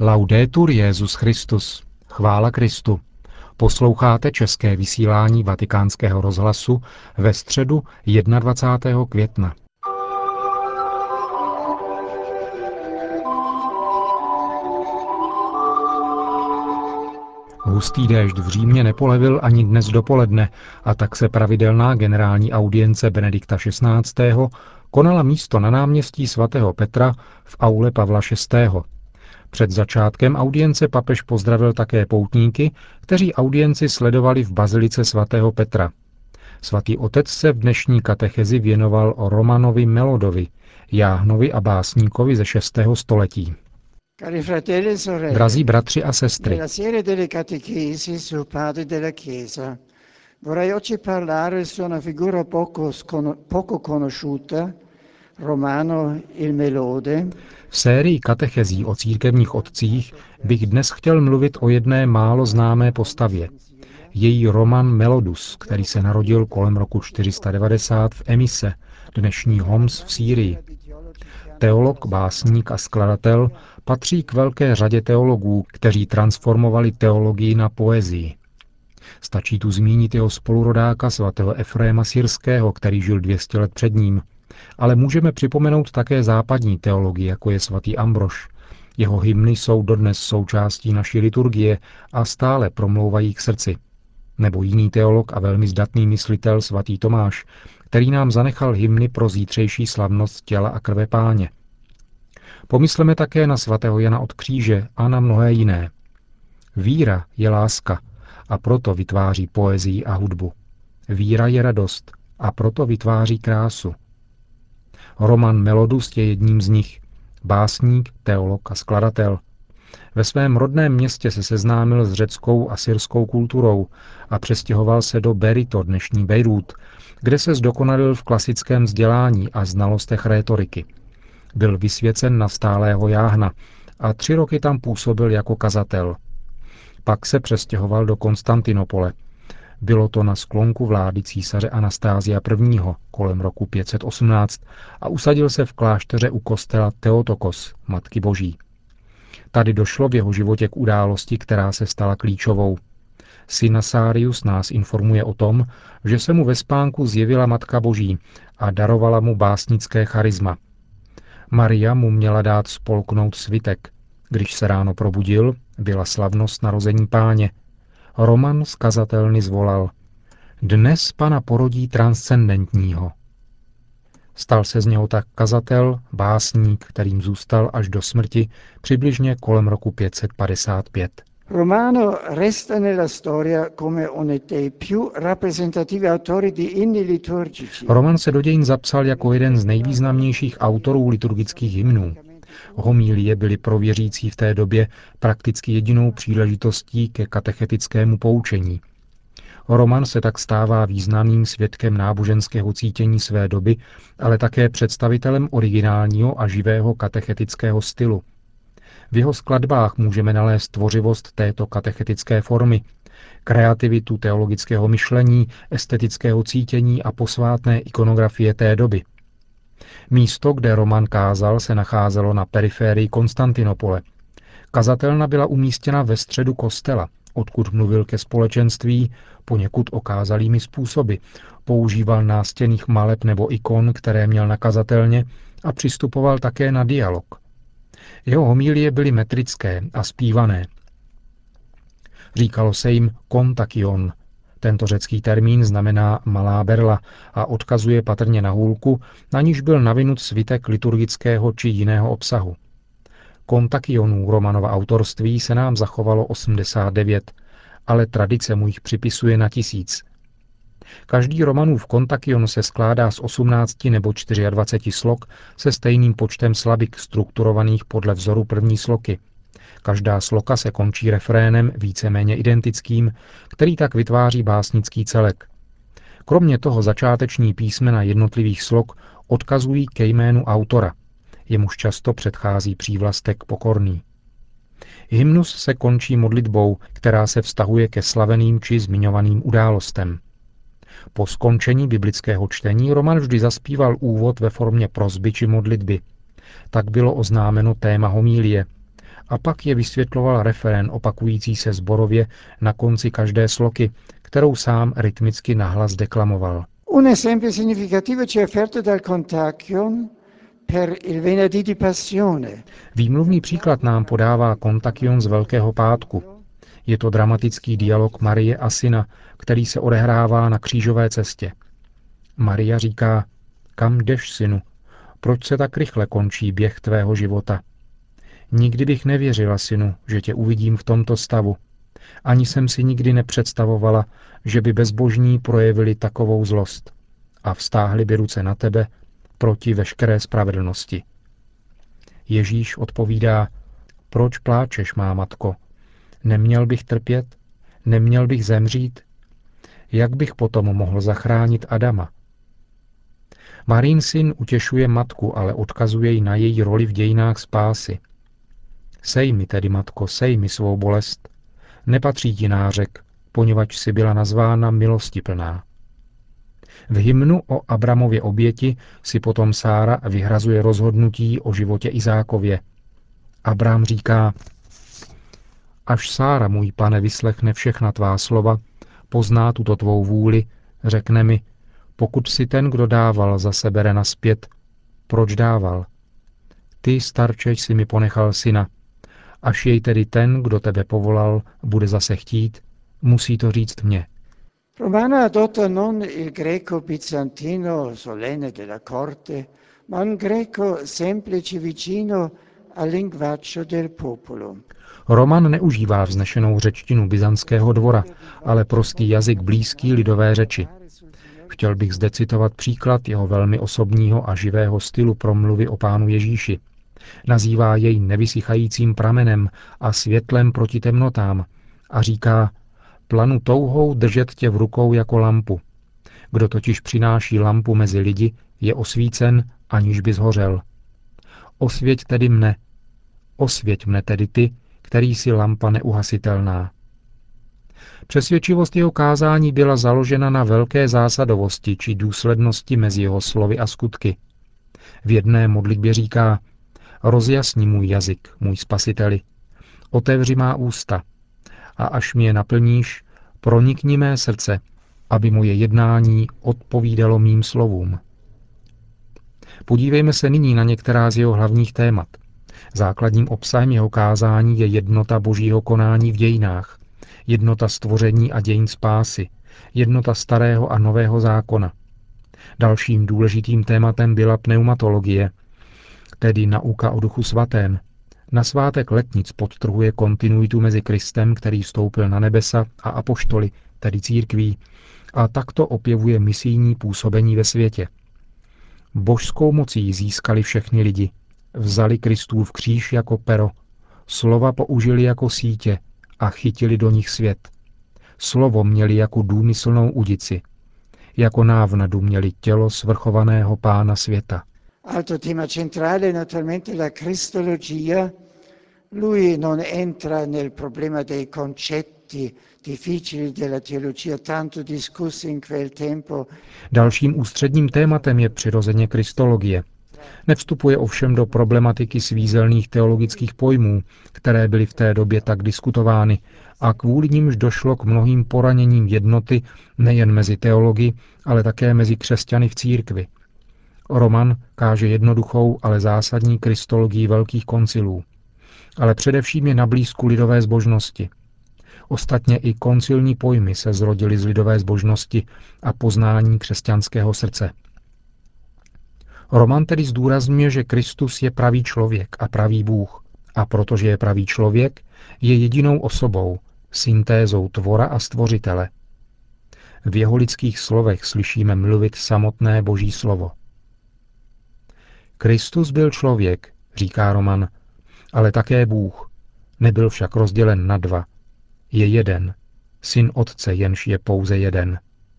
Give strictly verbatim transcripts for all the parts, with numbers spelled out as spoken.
Laudetur Jesus Christus. Chvála Kristu. Posloucháte české vysílání Vatikánského rozhlasu ve středu dvacátého prvního května. Hustý déšť v Římě nepolevil ani dnes dopoledne a tak se pravidelná generální audience Benedikta šestnáctého konala místo na náměstí svatého Petra v aule Pavla šestého. Před začátkem audience papež pozdravil také poutníky, kteří audienci sledovali v bazilice svatého Petra. Svatý otec se v dnešní katechezi věnoval o Romanovi Melodovi, jáhnovi a básníkovi ze šestého století. Drazí bratři a sestry, vorrei oggi parlare su una figura poco, poco conosciuta, Romano il Melode. V sérii katechezí o církevních otcích bych dnes chtěl mluvit o jedné málo známé postavě. Její Roman Melodus, který se narodil kolem roku čtyři sta devadesát v Emise, dnešní Homs v Sýrii. Teolog, básník a skladatel patří k velké řadě teologů, kteří transformovali teologii na poezii. Stačí tu zmínit jeho spolurodáka svatého Efréma Syrského, který žil dvě stě let před ním. Ale můžeme připomenout také západní teologii, jako je svatý Ambrož. Jeho hymny jsou dodnes součástí naší liturgie a stále promlouvají k srdci. Nebo jiný teolog a velmi zdatný myslitel svatý Tomáš, který nám zanechal hymny pro zítřejší slavnost těla a krve Páně. Pomysleme také na svatého Jana od Kříže a na mnohé jiné. Víra je láska a proto vytváří poezii a hudbu. Víra je radost a proto vytváří krásu. Roman Melodus je jedním z nich, básník, teolog a skladatel. Ve svém rodném městě se seznámil s řeckou a syrskou kulturou a přestěhoval se do Berito, dnešní Bejrút, kde se zdokonalil v klasickém vzdělání a znalostech rétoriky. Byl vysvěcen na stálého jáhna a tři roky tam působil jako kazatel. Pak se přestěhoval do Konstantinopole. Bylo to na sklonku vlády císaře Anastázia prvního. kolem roku pět set osmnáct a usadil se v klášteře u kostela Theotokos, Matky Boží. Tady došlo v jeho životě k události, která se stala klíčovou. Synasarius nás informuje o tom, že se mu ve spánku zjevila Matka Boží a darovala mu básnické charisma. Maria mu měla dát spolknout svitek. Když se ráno probudil, byla slavnost narození Páně. Roman z kazatelny zvolal: Dnes Pana porodí transcendentního. Stal se z něho tak kazatel, básník, kterým zůstal až do smrti přibližně kolem roku pět set padesát pět. Romano resta nella storia come uno dei più rappresentativi autori di inni liturgici. Roman se do dějin zapsal jako jeden z nejvýznamnějších autorů liturgických hymnů. Homilie byly pro věřící v té době prakticky jedinou příležitostí ke katechetickému poučení. Roman se tak stává významným svědkem náboženského cítění své doby, ale také představitelem originálního a živého katechetického stylu. V jeho skladbách můžeme nalézt tvořivost této katechetické formy, kreativitu teologického myšlení, estetického cítění a posvátné ikonografie té doby. Místo, kde Roman kázal, se nacházelo na periférii Konstantinopole. Kazatelna byla umístěna ve středu kostela, odkud mluvil ke společenství poněkud okázalými způsoby. Používal nástěnných maleb nebo ikon, které měl na kazatelně, a přistupoval také na dialog. Jeho homilie byly metrické a zpívané. Říkalo se jim kontakion. Tento řecký termín znamená malá berla a odkazuje patrně na hůlku, na níž byl navinut svitek liturgického či jiného obsahu. Kontakionů Romanova autorství se nám zachovalo osmdesát devět, ale tradice mu jich připisuje na tisíc. Každý Romanův kontakion se skládá z osmnácti nebo dvaceti čtyř slok se stejným počtem slabik strukturovaných podle vzoru první sloky. Každá sloka se končí refrénem víceméně identickým, který tak vytváří básnický celek. Kromě toho začáteční písmena jednotlivých slok odkazují ke jménu autora, jemuž často předchází přívlastek pokorný. Hymnus se končí modlitbou, která se vztahuje ke slaveným či zmiňovaným událostem. Po skončení biblického čtení Roman vždy zaspíval úvod ve formě prosby či modlitby. Tak bylo oznámeno téma homilie A pak je vysvětloval refrén opakující se zborově na konci každé sloky, kterou sám rytmicky nahlas deklamoval. Un esempio significativo ci è offerto dal Kontakion per il venerdì di Passione. Výmluvný příklad nám podává Kontakion z Velkého pátku. Je to dramatický dialog Marie a syna, který se odehrává na křížové cestě. Maria říká: Kam jdeš, synu? Proč se tak rychle končí běh tvého života? Nikdy bych nevěřila, synu, že tě uvidím v tomto stavu. Ani jsem si nikdy nepředstavovala, že by bezbožní projevili takovou zlost a vztáhli by ruce na tebe proti veškeré spravedlnosti. Ježíš odpovídá: Proč pláčeš, má matko? Neměl bych trpět? Neměl bych zemřít? Jak bych potom mohl zachránit Adama? Marín syn utěšuje matku, ale odkazuje ji na její roli v dějinách spásy. Sej mi tedy, matko, sej mi svou bolest. Nepatří ti nářek, poněvadž si byla nazvána milostiplná. V hymnu o Abramově oběti si potom Sára vyhrazuje rozhodnutí o životě Izákově. Abram říká: Až Sára, můj pane, vyslechne všechna tvá slova, pozná tuto tvou vůli, řekne mi: pokud si ten, kdo dával, zase bere nazpět, proč dával? Ty, starčeč, si mi ponechal syna. Až jej tedy ten, kdo tebe povolal, bude zase chtít, musí to říct mně. Romano adotta non il greco bizantino solenne della corte, ma un greco semplice vicino al linguaggio del popolo. Roman neužívá vznešenou řečtinu byzantského dvora, ale prostý jazyk blízký lidové řeči. Chtěl bych zde citovat příklad jeho velmi osobního a živého stylu promluvy o Pánu Ježíši. Nazývá jej nevysychajícím pramenem a světlem proti temnotám a říká: planu touhou držet tě v rukou jako lampu. Kdo totiž přináší lampu mezi lidi, je osvícen, aniž by zhořel. Osvěť tedy mne. Osvěť mne tedy ty, který si lampa neuhasitelná. Přesvědčivost jeho kázání byla založena na velké zásadovosti či důslednosti mezi jeho slovy a skutky. V jedné modlitbě říká: rozjasni můj jazyk, můj spasiteli, otevři má ústa a až mě je naplníš, pronikni mé srdce, aby moje jednání odpovídalo mým slovům. Podívejme se nyní na některá z jeho hlavních témat. Základním obsahem jeho kázání je jednota božího konání v dějinách, jednota stvoření a dějin spásy, jednota starého a nového zákona. Dalším důležitým tématem byla pneumatologie, tedy nauka o Duchu svatém. Na svátek letnic podtrhuje kontinuitu mezi Kristem, který vstoupil na nebesa, a apoštoly, tedy církví, a takto opěvuje misijní působení ve světě. Božskou mocí získali všechny lidi, vzali Kristův kříž jako pero, slova použili jako sítě a chytili do nich svět. Slovo měli jako důmyslnou udici, jako návnadu měli tělo svrchovaného Pána světa. Altro tema centrale è naturalmente la cristologia. Lui non entra nel problema dei concetti difficili della teologia, tanto discussi in quel tempo. Dalším ústředním tématem je přirozeně kristologie. Nevstupuje ovšem do problematiky svízelných teologických pojmů, které byly v té době tak diskutovány a kvůli nimž došlo k mnohým poraněním jednoty nejen mezi teology, ale také mezi křesťany v církvi. Roman káže jednoduchou, ale zásadní kristologii velkých koncilů. Ale především je na blízku lidové zbožnosti. Ostatně i koncilní pojmy se zrodily z lidové zbožnosti a poznání křesťanského srdce. Roman tedy zdůrazňuje, že Kristus je pravý člověk a pravý Bůh, a protože je pravý člověk, je jedinou osobou, syntézou tvora a stvořitele. V jeho lidských slovech slyšíme mluvit samotné Boží slovo. Kristus byl člověk, říká Roman, ale také Bůh. Nebyl však rozdělen na dva. Je jeden, syn Otce, jenž je pouze jeden.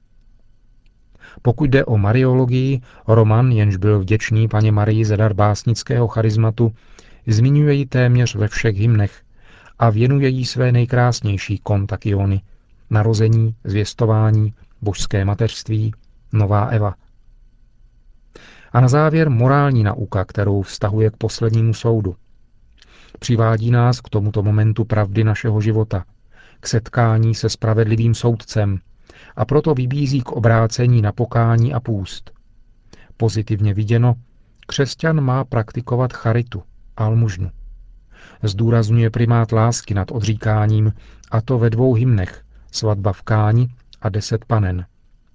Pokud jde o mariologii, Roman, jenž byl vděčný paně Marii za dar básnického charizmatu, zmiňuje ji téměř ve všech hymnech a věnuje jí své nejkrásnější kontakiony, narození, zvěstování, božské mateřství, nová Eva. A na závěr morální nauka, kterou vztahuje k poslednímu soudu. Přivádí nás k tomuto momentu pravdy našeho života, k setkání se spravedlivým soudcem a proto vybízí k obrácení na pokání a půst. Pozitivně viděno, křesťan má praktikovat charitu, almužnu. Zdůrazňuje primát lásky nad odříkáním, a to ve dvou hymnech, Svatba v Káni a Deset panen.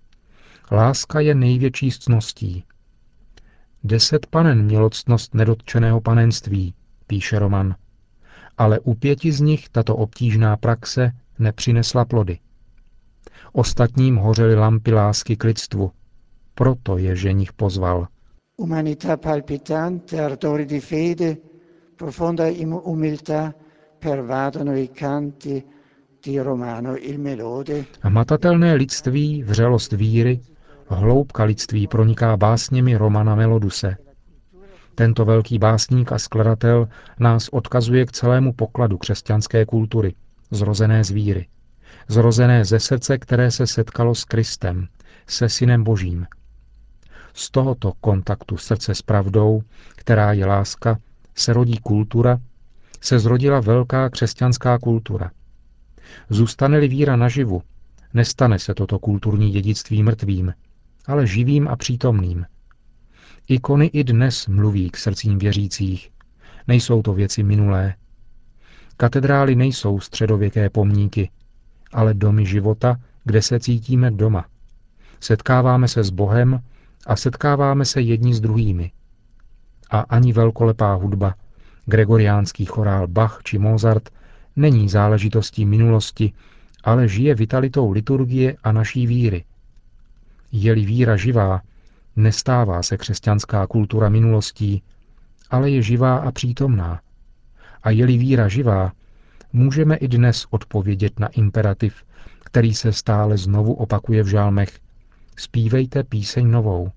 Láska je největší ctností. Deset panen mělo ctnost nedotčeného panenství, píše Roman, ale u pěti z nich tato obtížná praxe nepřinesla plody. Ostatním hořely lampy lásky k lidstvu, proto je ženich pozval. Umanità palpitante, ardori di fede, profonda umiltà pervadono i canti di Romano il Melode. Hmatatelné lidství, vřelost víry, hloubka lidství proniká básněmi Romana Meloduse. Tento velký básník a skladatel nás odkazuje k celému pokladu křesťanské kultury, zrozené z víry, zrozené ze srdce, které se setkalo s Kristem, se Synem Božím. Z tohoto kontaktu srdce s pravdou, která je láska, se rodí kultura, se zrodila velká křesťanská kultura. Zůstane-li víra naživu, nestane se toto kulturní dědictví mrtvým, ale živým a přítomným. Ikony i dnes mluví k srdcím věřících. Nejsou to věci minulé. Katedrály nejsou středověké pomníky, ale domy života, kde se cítíme doma. Setkáváme se s Bohem a setkáváme se jedni s druhými. A ani velkolepá hudba, gregoriánský chorál Bach či Mozart, není záležitostí minulosti, ale žije vitalitou liturgie a naší víry. Je-li víra živá, nestává se křesťanská kultura minulostí, ale je živá a přítomná. A je-li víra živá, můžeme i dnes odpovědět na imperativ, který se stále znovu opakuje v žálmech. Zpívejte píseň novou.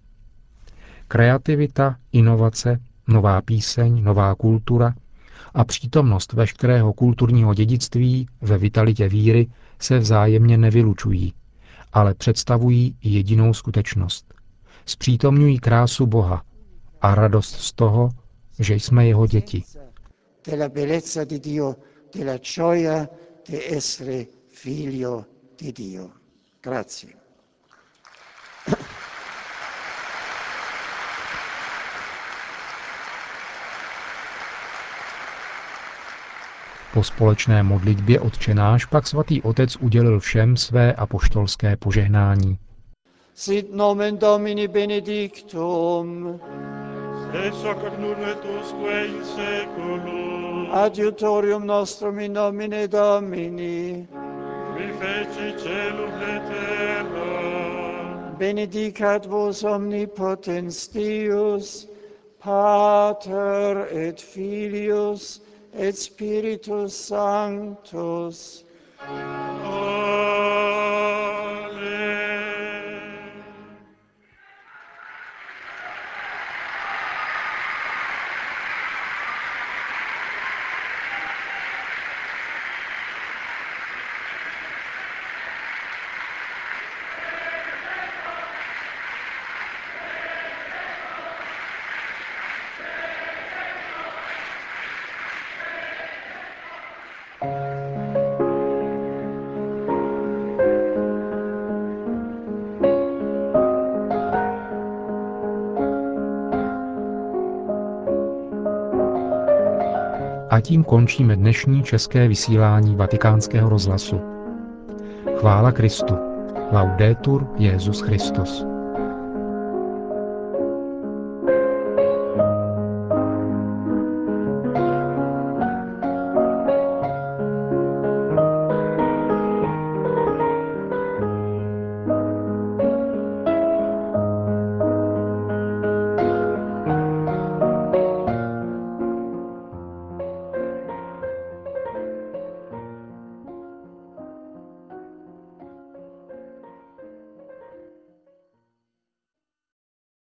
Kreativita, inovace, nová píseň, nová kultura a přítomnost veškerého kulturního dědictví ve vitalitě víry se vzájemně nevylučují, ale představují jedinou skutečnost. Zpřítomňují krásu Boha a radost z toho, že jsme jeho děti. Della bellezza di Dio, della gioia di essere figlio di Dio. Grazie. Po společné modlitbě Otčenáš pak svatý otec udělil všem své apoštolské požehnání. Sit nomen Domini benedictum. Ex hoc nunc et usque in saeculum. Adiutorium nostrum in nomine Domini. Qui feci caelum et terra. Benedicat vos omnipotens Deus, Pater et Filius et Spiritus Sanctus. Amen. A tím končíme dnešní české vysílání Vatikánského rozhlasu. Chvála Kristu. Laudetur Jesus Christus.